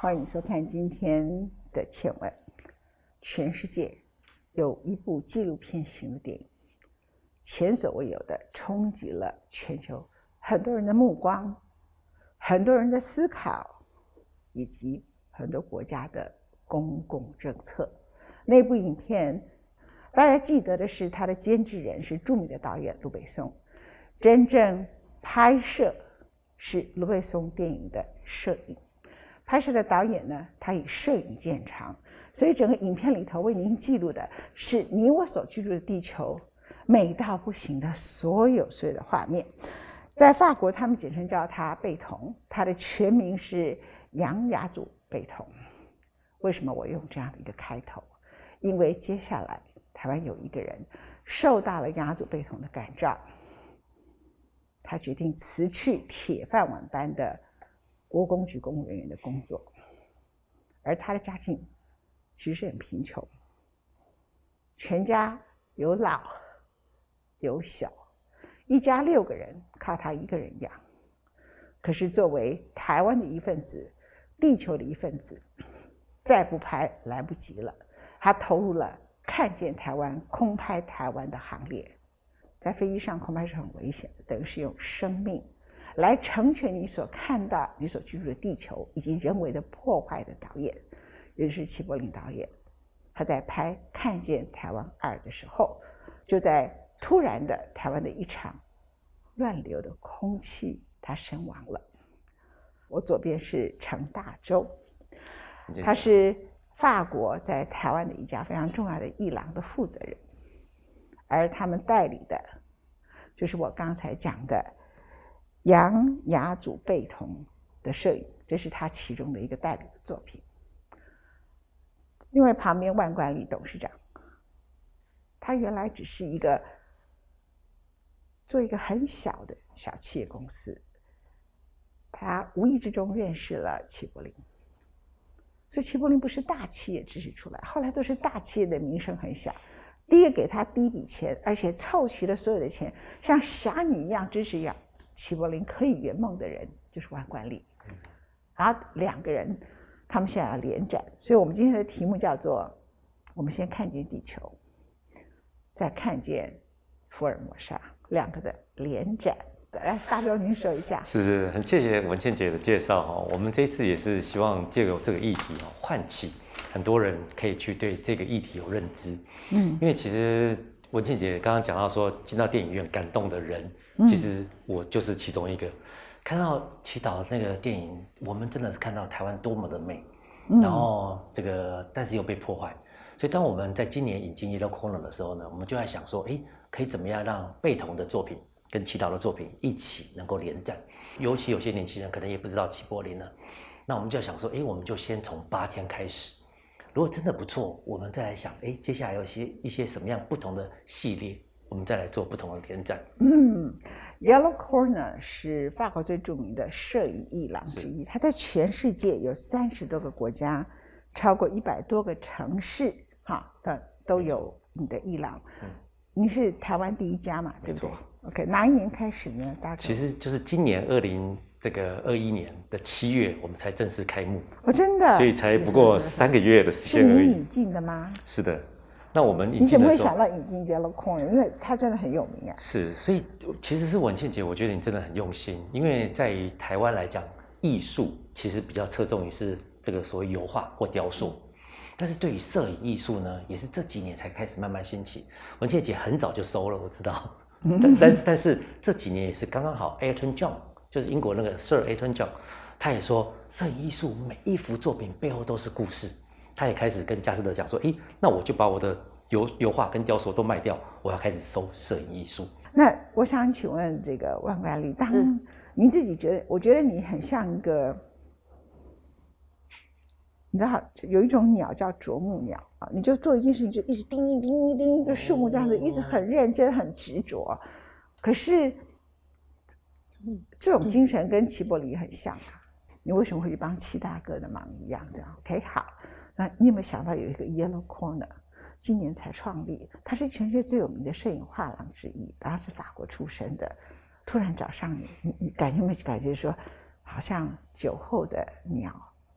欢迎收看今天的倩闻。全世界有一部纪录片型的电影，前所未有的冲击了全球很多人的目光、很多人的思考，以及很多国家的公共政策。那部影片大家记得的是，他的监制人是著名的导演卢贝松，真正拍摄是卢贝松电影的摄影。拍摄的导演呢，他以摄影见长，所以整个影片里头为您记录的是你我所居住的地球美到不行的所有的画面。在法国，他们简称叫他贝彤，他的全名是杨雅祖贝彤。为什么我用这样的一个开头？因为接下来台湾有一个人受到了雅祖贝彤的感召，他决定辞去铁饭碗般的国公局公务人员的工作，而他的家境其实很贫穷，全家有老有小，一家6个人，靠他一个人养。可是作为台湾的一份子，地球的一份子，再不拍来不及了。他投入了看见台湾、空拍台湾的行列。在飞机上空拍是很危险的，等于是用生命来成全你所看到、你所居住的地球以及人为的破坏的导演，也就是齐柏林导演。他在拍《看见台湾2》的时候，就在突然的台湾的一场乱流的空气，他身亡了。我左边是程大洲，他是法国在台湾的一家非常重要的艺廊的负责人，而他们代理的就是我刚才讲的杨雅祖贝彤的摄影，这是他其中的一个代理的作品。另外旁边万冠利董事长，他原来只是做一个很小的小企业公司，他无意之中认识了齐柏林，所以齐柏林不是大企业支持出来，后来都是大企业的名声很小。第一个给他第一笔钱，而且凑齐了所有的钱，像侠女一样支持齐柏林可以圆梦的人，就是万冠利。然后2个人他们现在要联展，所以我们今天的题目叫做我们先看见地球，再看见福尔摩沙，2个的联展。来，大洲您说一下。 是，很谢谢文倩姐的介绍哈。我们这次也是希望借由这个议题唤起很多人可以去对这个议题有认知。因为其实文倩姐刚刚讲到说进到电影院感动的人，其实我就是其中一个。看到祈祷那个电影，我们真的看到台湾多么的美，然后但是又被破坏。所以当我们在今年引进 Yellow Corner 的时候呢，我们就在想说，可以怎么样让贝彤的作品跟祈祷的作品一起能够连展，尤其有些年轻人可能也不知道齐柏林呢，那我们就想说，我们就先从8天开始，如果真的不错，我们再来想，接下来有一些什么样不同的系列，我们再来做不同的连展。 Yellow Corner 是法国最著名的摄影艺廊之一，它在全世界有30多个国家，超过100多个城市，都有你的艺廊。你是台湾第一家嘛，对不对？OK， 哪一年开始呢？大概其实就是今年2021年的7月，我们才正式开幕。 真的， 所以才不过3个月的时间而已。 是你引进的吗？ 是的。那我们引进的时候， 你怎么会想到引进 Yellow Corner？ 因为它真的很有名啊。 是，所以其实是文倩姐，我觉得你真的很用心，因为在于台湾来讲，艺术其实比较侧重于是这个所谓油画或雕塑。但是对于摄影艺术呢，也是这几年才开始慢慢兴起。文倩姐很早就收了，我知道，但是这几年也是刚刚好。Elton John 就是英国那个 Sir Elton John， 他也说摄影艺术每一幅作品背后都是故事。他也开始跟佳士得讲说，那我就把我的油画跟雕塑都卖掉，我要开始收摄影艺术。 那我想请问这个万冠利，当您自己觉得，我觉得你很像一个。你知道有一种鸟叫啄木鸟啊，你就做一件事情就一直叮叮叮叮一个树木这样子，一直很认真很执着。可是这种精神跟齐柏林很像啊。你为什么会去帮齐大哥的忙一样？这样 OK 好。那你有没有想到有一个 Yellow Corner， 今年才创立，它是全世界最有名的摄影画廊之一，然后是法国出身的，突然找上你，你有没有感觉说，好像酒后的鸟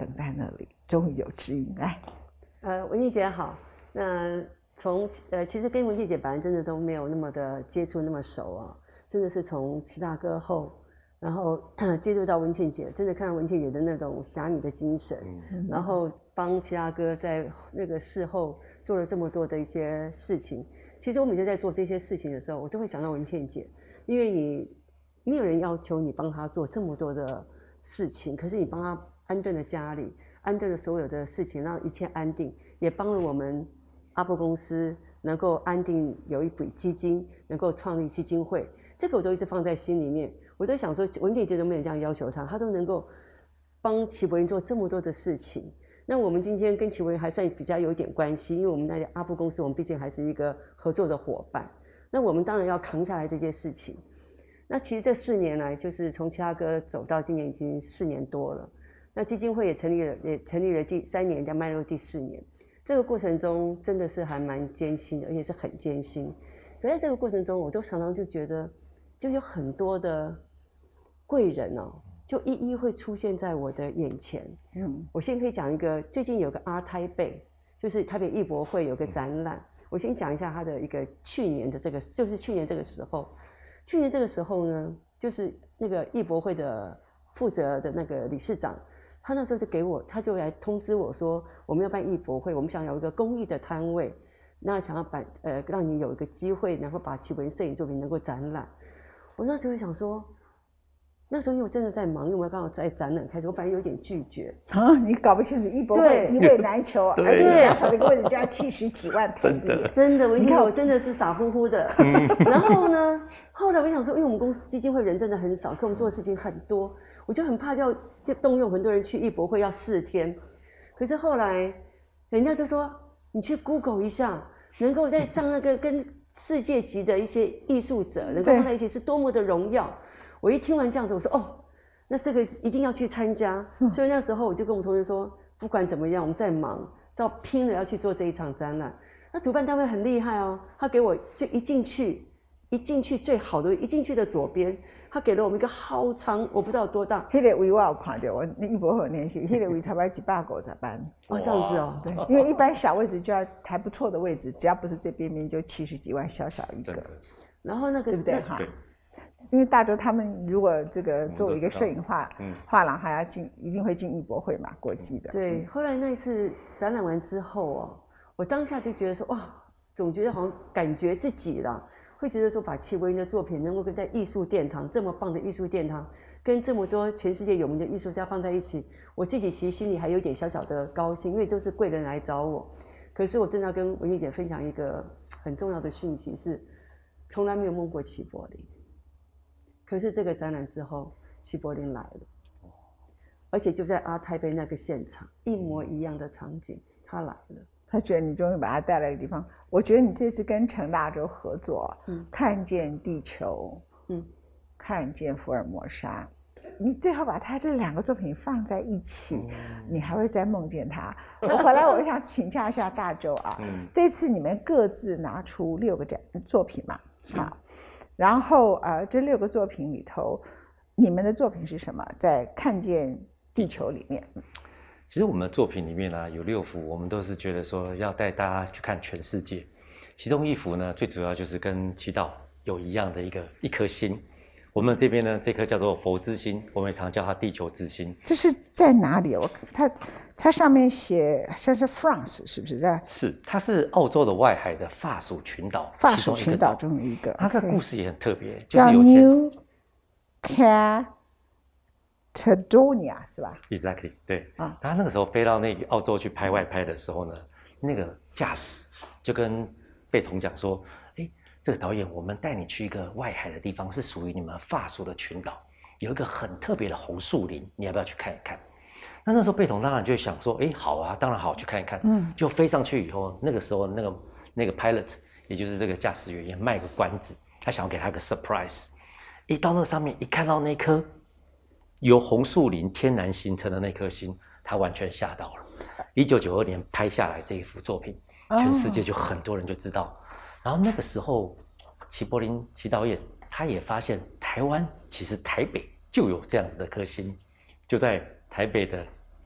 等在那里，终于有知音来。 文倩姐好。那其实跟文倩姐本来真的都没有那么的接触那么熟啊，真的是从齐大哥后，然后接触到文倩姐，真的看到文倩姐的那种侠女的精神，然后帮齐大哥在那个事后做了这么多的一些事情。其实我每天在做这些事情的时候，我都会想到文倩姐，因为没有人要求你帮他做这么多的事情，可是你帮他安顿了家里，安顿了所有的事情，让一切安定，也帮了我们阿波公司能够安定，有一笔基金能够创立基金会，这个我都一直放在心里面。我都想说，文姐姐都没有这样要求他都能够帮齐柏林做这么多的事情。那我们今天跟齐柏林还算比较有点关系，因为我们那家阿波公司，我们毕竟还是一个合作的伙伴。那我们当然要扛下来这件事情。那其实这4年来，就是从齐大哥走到今年已经4年多了。那基金会也成立了第3年，要迈入第4年。这个过程中真的是还蛮艰辛的，而且是很艰辛。可在这个过程中，我都常常就觉得，就有很多的贵人哦，就一一会出现在我的眼前。我先可以讲一个，最近有个 Art Taipei，就是台北艺博会有个展览。我先讲一下他的一个去年这个时候呢，就是那个艺博会的负责的那个理事长。他那时候他就来通知我说，我们要办艺博会，我们想有一个公益的摊位，那想要让你有一个机会，然后把齐柏林摄影作品能够展览。我那时候想说，那时候因为我真的在忙，因为我刚好在展览开始，我本来有点拒绝啊， 你搞不清楚艺博会一位难求，而且小小的一个位置就要70几万台币， 真的，我真的是傻乎乎的。然后呢，后来我想说，因为我们公司基金会人真的很少，可我们做的事情很多，我就很怕要动用很多人去艺博会要4天。可是后来人家就说，你去 Google 一下，能够在那个跟世界级的一些艺术者能够放在一起是多么的荣耀。我一听完这样子，我说哦，那这个一定要去参加。所以那时候我就跟我们同事说，不管怎么样，我们再忙，到拼了要去做这一场展览。那主办单位很厉害哦，他给我就一进去最好的，一进去的左边，他给了我们一个好长，我不知道有多大。 那个位我有看到，我那艺博会有连续，那个位差不多150班。 哦，这样子哦。 对，因为一般小位置就要还不错的位置，只要不是最边边就70几万，小小一个。 然后那个对不对哈？因为大洲他们如果这个作为一个摄影画廊，还要一定会进艺博会嘛，国际的。 对，后来那一次展览完之后哦，我当下就觉得说，哇，总觉得好像感觉自己啦，会觉得说把齐柏林的作品能够在艺术殿堂这么棒的艺术殿堂，跟这么多全世界有名的艺术家放在一起，我自己其实心里还有点小小的高兴，因为都是贵人来找我。可是我真的要跟文倩姐分享一个很重要的讯息是，从来没有梦过齐柏林。可是这个展览之后，齐柏林来了，而且就在Art Taipei那个现场，一模一样的场景，他来了。 他觉得你终于把他带来一个地方。我觉得你这次跟陈大洲合作，看见地球，看见福尔摩沙，你最好把他这2个作品放在一起，你还会再梦见他。我回来我想请教一下大洲啊，这次你们各自拿出6个作品嘛，好。然后这6个作品里头，你们的作品是什么？在看见地球里面， 其实我们的作品里面呢，有6幅，我们都是觉得说要带大家去看全世界。其中1幅呢，最主要就是跟祈祷有一样的一颗心。我们这边呢，这颗叫做佛之心，我们也常叫它地球之心。 这是在哪里？它上面写像是 France 是不是？ 是，它是澳洲的外海的法属群岛， 法属群岛中的一个。 它的故事也很特别， 叫 New Caledonia 是吧 ？Exactly， 对。他那个时候飞到那个澳洲去拍外拍的时候呢，那个驾驶就跟贝彤讲说：“这个导演，我们带你去一个外海的地方，是属于你们法属的群岛，有一个很特别的红树林，你要不要去看一看？”那时候贝彤当然就想说：“好啊，当然好，去看一看。”就飞上去以后，那个时候那个 pilot， 也就是这个驾驶员也卖个关子，他想要给他个 surprise。一到那上面，一看到那颗由红树林天然形成的那颗星，他完全吓到了。1992年拍下来这一幅作品，全世界就很多人就知道。然后那个时候，齐柏林齐导演他也发现台湾其实台北就有这样子的颗星，就在台北的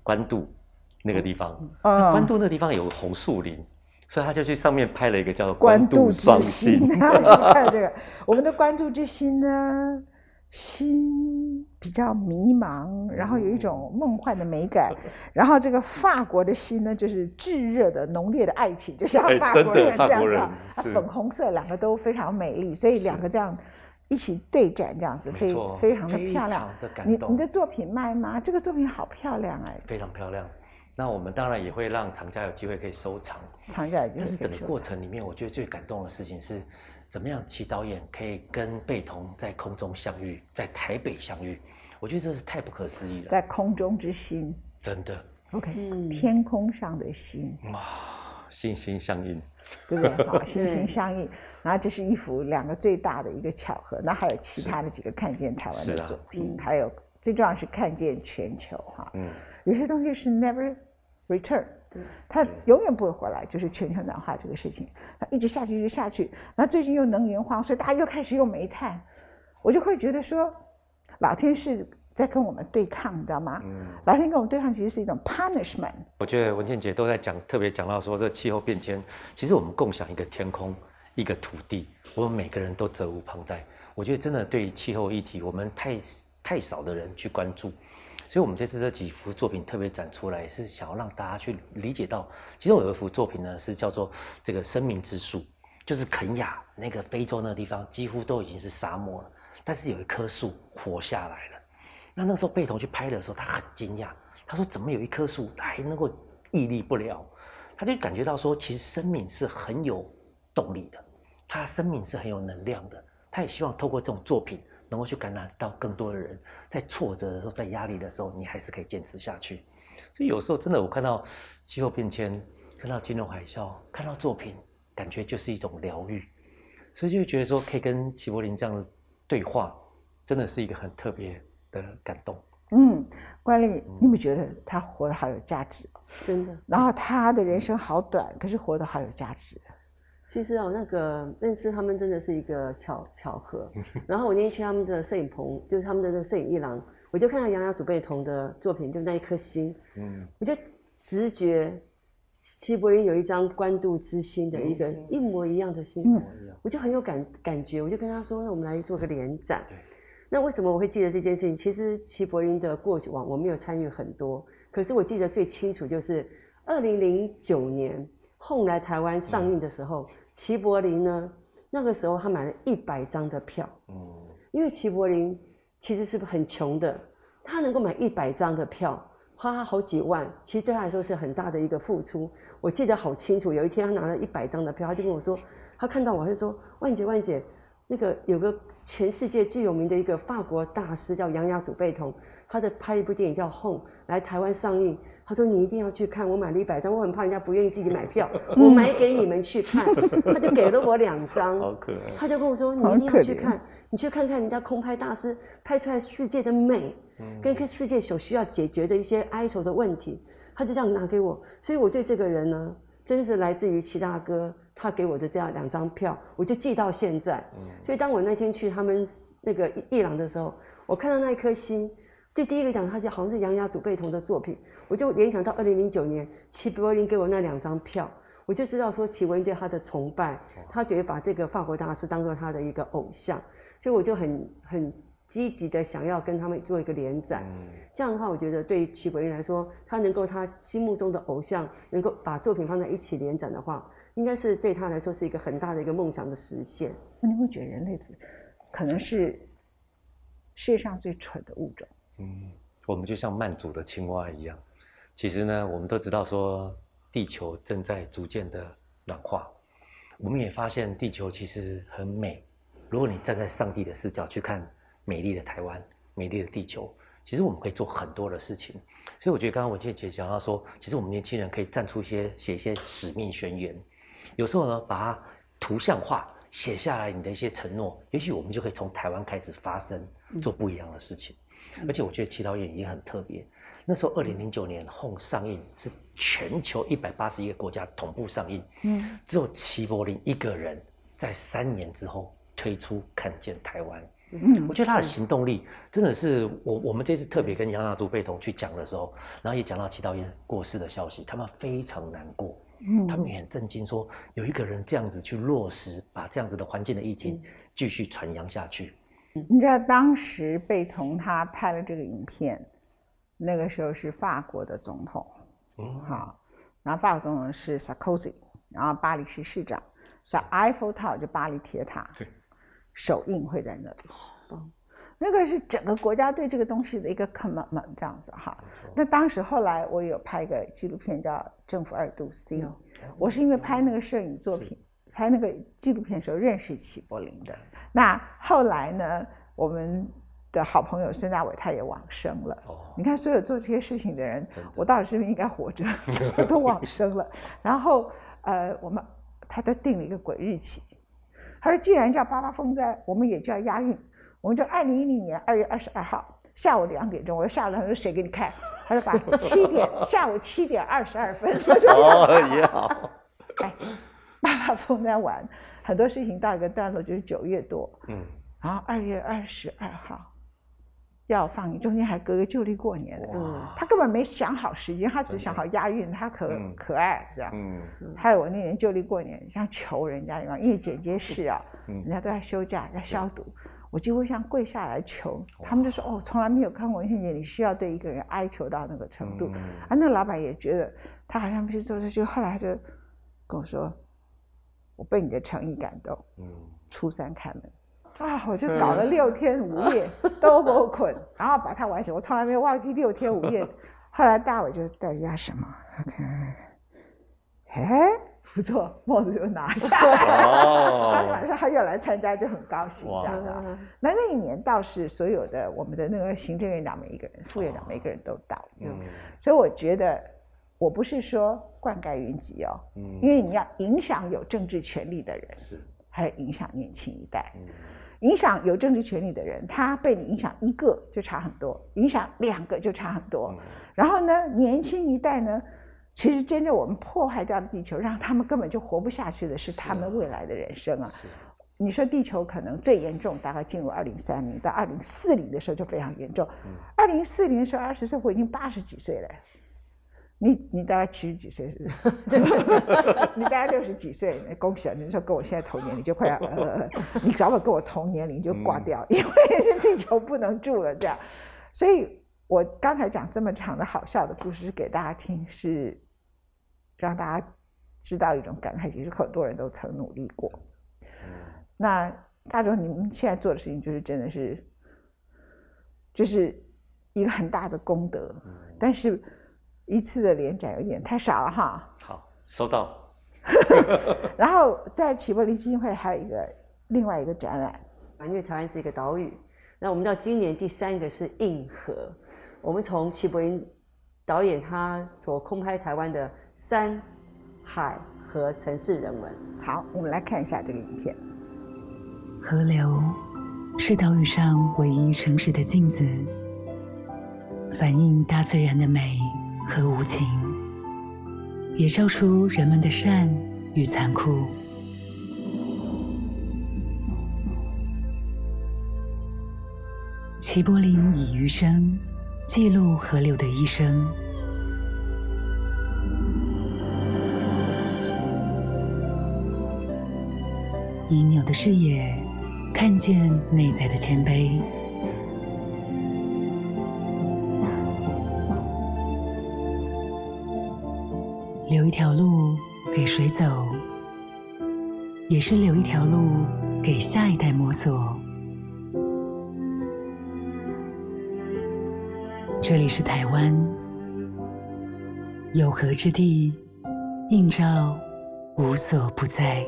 关渡那个地方，关渡那个地方有红树林，所以他就去上面拍了一个叫做关渡双星， 就是看这个。我们的关渡之星呢，心比较迷茫，然后有一种梦幻的美感。然后这个法国的心呢，就是炙热的、浓烈的爱情，就像法国人这样子，粉红色，两个都非常美丽，所以两个这样一起对展，这样子非常的漂亮。你的作品卖吗？这个作品好漂亮哎， 非常漂亮。那我们当然也会让藏家有机会可以收藏， 藏家有机会可以收藏。 但是整个过程里面，我觉得最感动的事情是，怎么样齐导演可以跟贝彤在空中相遇，在台北相遇，我觉得这是太不可思议了。 在空中之星， 真的 ，OK，天空上的星， 哇，心心相印， 对不对？好，心心相印。然后这是一幅两个最大的一个巧合，那还有其他的几个看见台湾的作品，还有最重要是看见全球哈。有些东西是 never return， 它永远不会回来，就是全球暖化这个事情，它一直下去就下去。那最近又能源荒，所以大家又开始用煤炭，我就会觉得说，老天是在跟我们对抗，你知道吗？老天跟我们对抗其实是一种 punishment。 我觉得文倩姐都在特别讲到说，这气候变迁，其实我们共享一个天空，一个土地，我们每个人都责无旁贷。我觉得真的对于气候议题，我们太少的人去关注。所以我们这次这几幅作品特别展出来，是想要让大家去理解到，其中有一幅作品呢是叫做这个生命之树，就是肯亚那个非洲那个地方几乎都已经是沙漠了，但是有一棵树活下来了。那个时候贝彤去拍的时候，他很惊讶，他说怎么有一棵树还能够屹立不了？他就感觉到说，其实生命是很有动力的，他生命是很有能量的，他也希望透过这种作品能够去感染到更多的人，在挫折的时候，在压力的时候，你还是可以坚持下去。所以有时候真的，我看到气候变迁，看到金融海啸，看到作品，感觉就是一种疗愈。所以就觉得说，可以跟齐柏林这样的对话，真的是一个很特别的感动。 冠丽，你有没有觉得他活得好有价值？ 真的。 然后他的人生好短，可是活得好有价值。 其实认识他们真的是一个巧合。然后我那天去他们的摄影棚，就是他们的那个摄影艺廊，我就看到杨雅祖贝彤的作品，就那一颗星。我就直觉齐柏林有一张关渡之星的一个一模一样的星，我就很有感觉，我就跟他说，那我们来做个联展。那为什么我会记得这件事情？其实齐柏林的过往我没有参与很多，可是我记得最清楚就是2009年后来台湾上映的时候，齐柏林呢那个时候他买了100张的票，因为齐柏林其实是很穷的，他能够买100张的票，花他好几万，其实对他来说是很大的一个付出。我记得好清楚，有一天他拿了100张的票，他就跟我说，他看到我他就说，万姐，那个有个全世界最有名的一个法国大师叫杨雅祖贝彤，他的拍一部电影叫《Home》来台湾上映，他说你一定要去看，我买了100张，我很怕人家不愿意自己买票，我买给你们去看，他就给了我2张， 好可爱， 他就跟我说你一定要去看，你去看看人家空拍大师拍出来世界的美，跟世界所需要解决的一些哀愁的问题，他就这样拿给我，所以我对这个人呢，真是来自于齐大哥他给我的这样2张票，我就记到现在。所以当我那天去他们那个艺廊的时候，我看到那一颗星，第一个讲他好像是杨雅祖贝彤的作品，我就联想到2009年齐柏林给我那2张票，我就知道说齐柏林对他的崇拜，他觉得把这个法国大师当作他的一个偶像，所以我就很积极的想要跟他们做一个联展。这样的话，我觉得对齐柏林来说，他能够他心目中的偶像能够把作品放在一起联展的话，应该是对他来说是一个很大的一个梦想的实现。 那你会觉得人类可能是世界上最蠢的物种？ 我们就像曼祖的青蛙一样，其实呢，我们都知道说地球正在逐渐的暖化，我们也发现地球其实很美。如果你站在上帝的视角去看美丽的台湾、美丽的地球，其实我们可以做很多的事情。所以我觉得刚刚文倩姐讲到说，其实我们年轻人可以站出写一些使命宣言，有时候呢把它图像化，写下来你的一些承诺，也许我们就可以从台湾开始发声，做不一样的事情。而且我觉得齐导演也很特别，那时候2009年《Home》上映是全球181个国家同步上映，只有齐柏林一个人在3年之后推出《看见台湾》， 我觉得他的行动力真的是我们这次特别跟杨雅竹贝同去讲的时候，然后也讲到祁导演过世的消息，他们非常难过，他们也很震惊，说有一个人这样子去落实，把这样子的环境的议题继续传扬下去。 你知道当时贝同他拍了这个影片，那个时候是法国的总统，好，然后法国总统是 Sarkozy， 然后巴黎市市长，在埃菲尔塔就巴黎铁塔，首映会在那里。那个是整个国家对这个东西的一个 commitment 这样子哈。那当时后来我有拍一个纪录片叫《政府2度 C》，我是因为拍那个摄影作品、拍那个纪录片的时候认识齐柏林的。那后来呢，我们的好朋友孙大伟他也往生了。你看，所有做这些事情的人，我到底是不是应该活着？都往生了。然后他都定了一个鬼日期，他说既然叫88风灾，我们也叫押韵。我们就2010年2月22号下午2点钟，我说下午2点钟谁给你看？他就把下午7点22分， 也好。 哎，88风灾完，很多事情到一个段落就是9月多，然后2月22号要放映，中间还隔个旧历过年的，他根本没想好时间，他只想好押韵，他可爱这样。还有我那年旧历过年，像求人家一样，因为剪接室啊，人家都在休假，要消毒。我几乎像跪下来求，他们就说：“哦，从来没有看过文献节，你需要对一个人哀求到那个程度。”那个老板也觉得他好像不是做这句，后来他就跟我说：“我被你的诚意感动。”初3开门啊，我就搞了6天5夜都不困，然后把它完成。我从来没有忘记6天5夜。后来大伟就带压什么？不错，帽子就拿下来了。然后晚上他又来参加，就很高兴这样的。那一年倒是所有的我们的那个行政院长每一个人、副院长每一个人都到。所以我觉得我不是说灌溉云集哦，因为你要影响有政治权力的人，还有影响年轻一代。影响有政治权力的人，他被你影响1个就差很多，影响2个就差很多。然后呢，年轻一代呢？其实真正我们破坏掉的地球，让他们根本就活不下去的是他们未来的人生啊！你说地球可能最严重，大概进入2030到2040的时候就非常严重。2040的时候20岁，我已经80几岁了。你大概70几岁是不是？你大概60几岁，恭喜啊！你说跟我现在同年龄就快要你早晚跟我同年龄就挂掉，因为地球不能住了这样。所以我刚才讲这么长的好笑的故事给大家听，是让大家知道一种感慨，其实很多人都曾努力过。那大众，你们现在做的事情就是真的是，就是一个很大的功德，但是一次的联展有点太少了哈。 好，收到。 然后在齐柏林基金会还有另外一个展览， 因为台湾是一个岛屿，那我们到今年第3个是硬核。我们从齐柏林导演他所空拍台湾的山、海和城市人文。 好，我们来看一下这个影片。 河流是岛屿上唯一诚实的镜子，反映大自然的美和无情，也照出人们的善与残酷。齐柏林以余生记录河流的一生。以鸟的视野看见内在的谦卑。留一条路给水走，也是留一条路给下一代摸索。这里是台湾，有河之地，映照无所不在。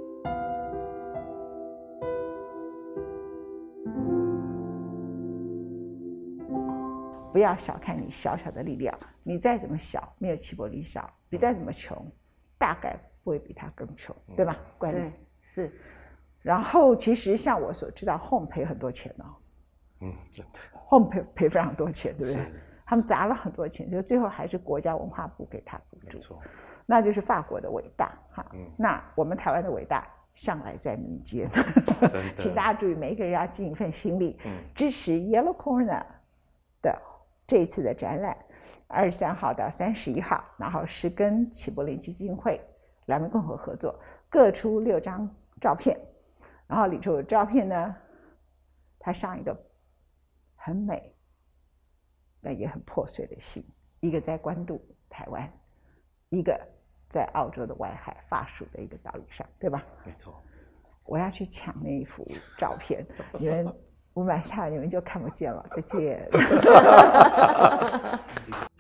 不要小看你小小的力量，你再怎么小，没有齐柏林小；你再怎么穷，大概不会比他更穷，对吧？关对，是。 然后其实像我所知道 ，Home 赔很多钱哦。 真的。 Home 赔非常多钱，对不对？他们砸了很多钱，就最后还是国家文化部给他补助。那就是法国的伟大哈。那我们台湾的伟大向来在民间，请大家注意，每一个人要尽一份心力，支持 Yellow Corner 的这一次的展览，23号到31号，然后是跟齐柏林基金会、两岸共和合作，各出6张照片，然后里头的照片呢，它上一个很美，但也很破碎的信，一个在关渡台湾，一个在澳洲的外海法属的一个岛屿上，对吧？ 没错。 我要去抢那一幅照片，你们我买下来，你们就看不见了。再见。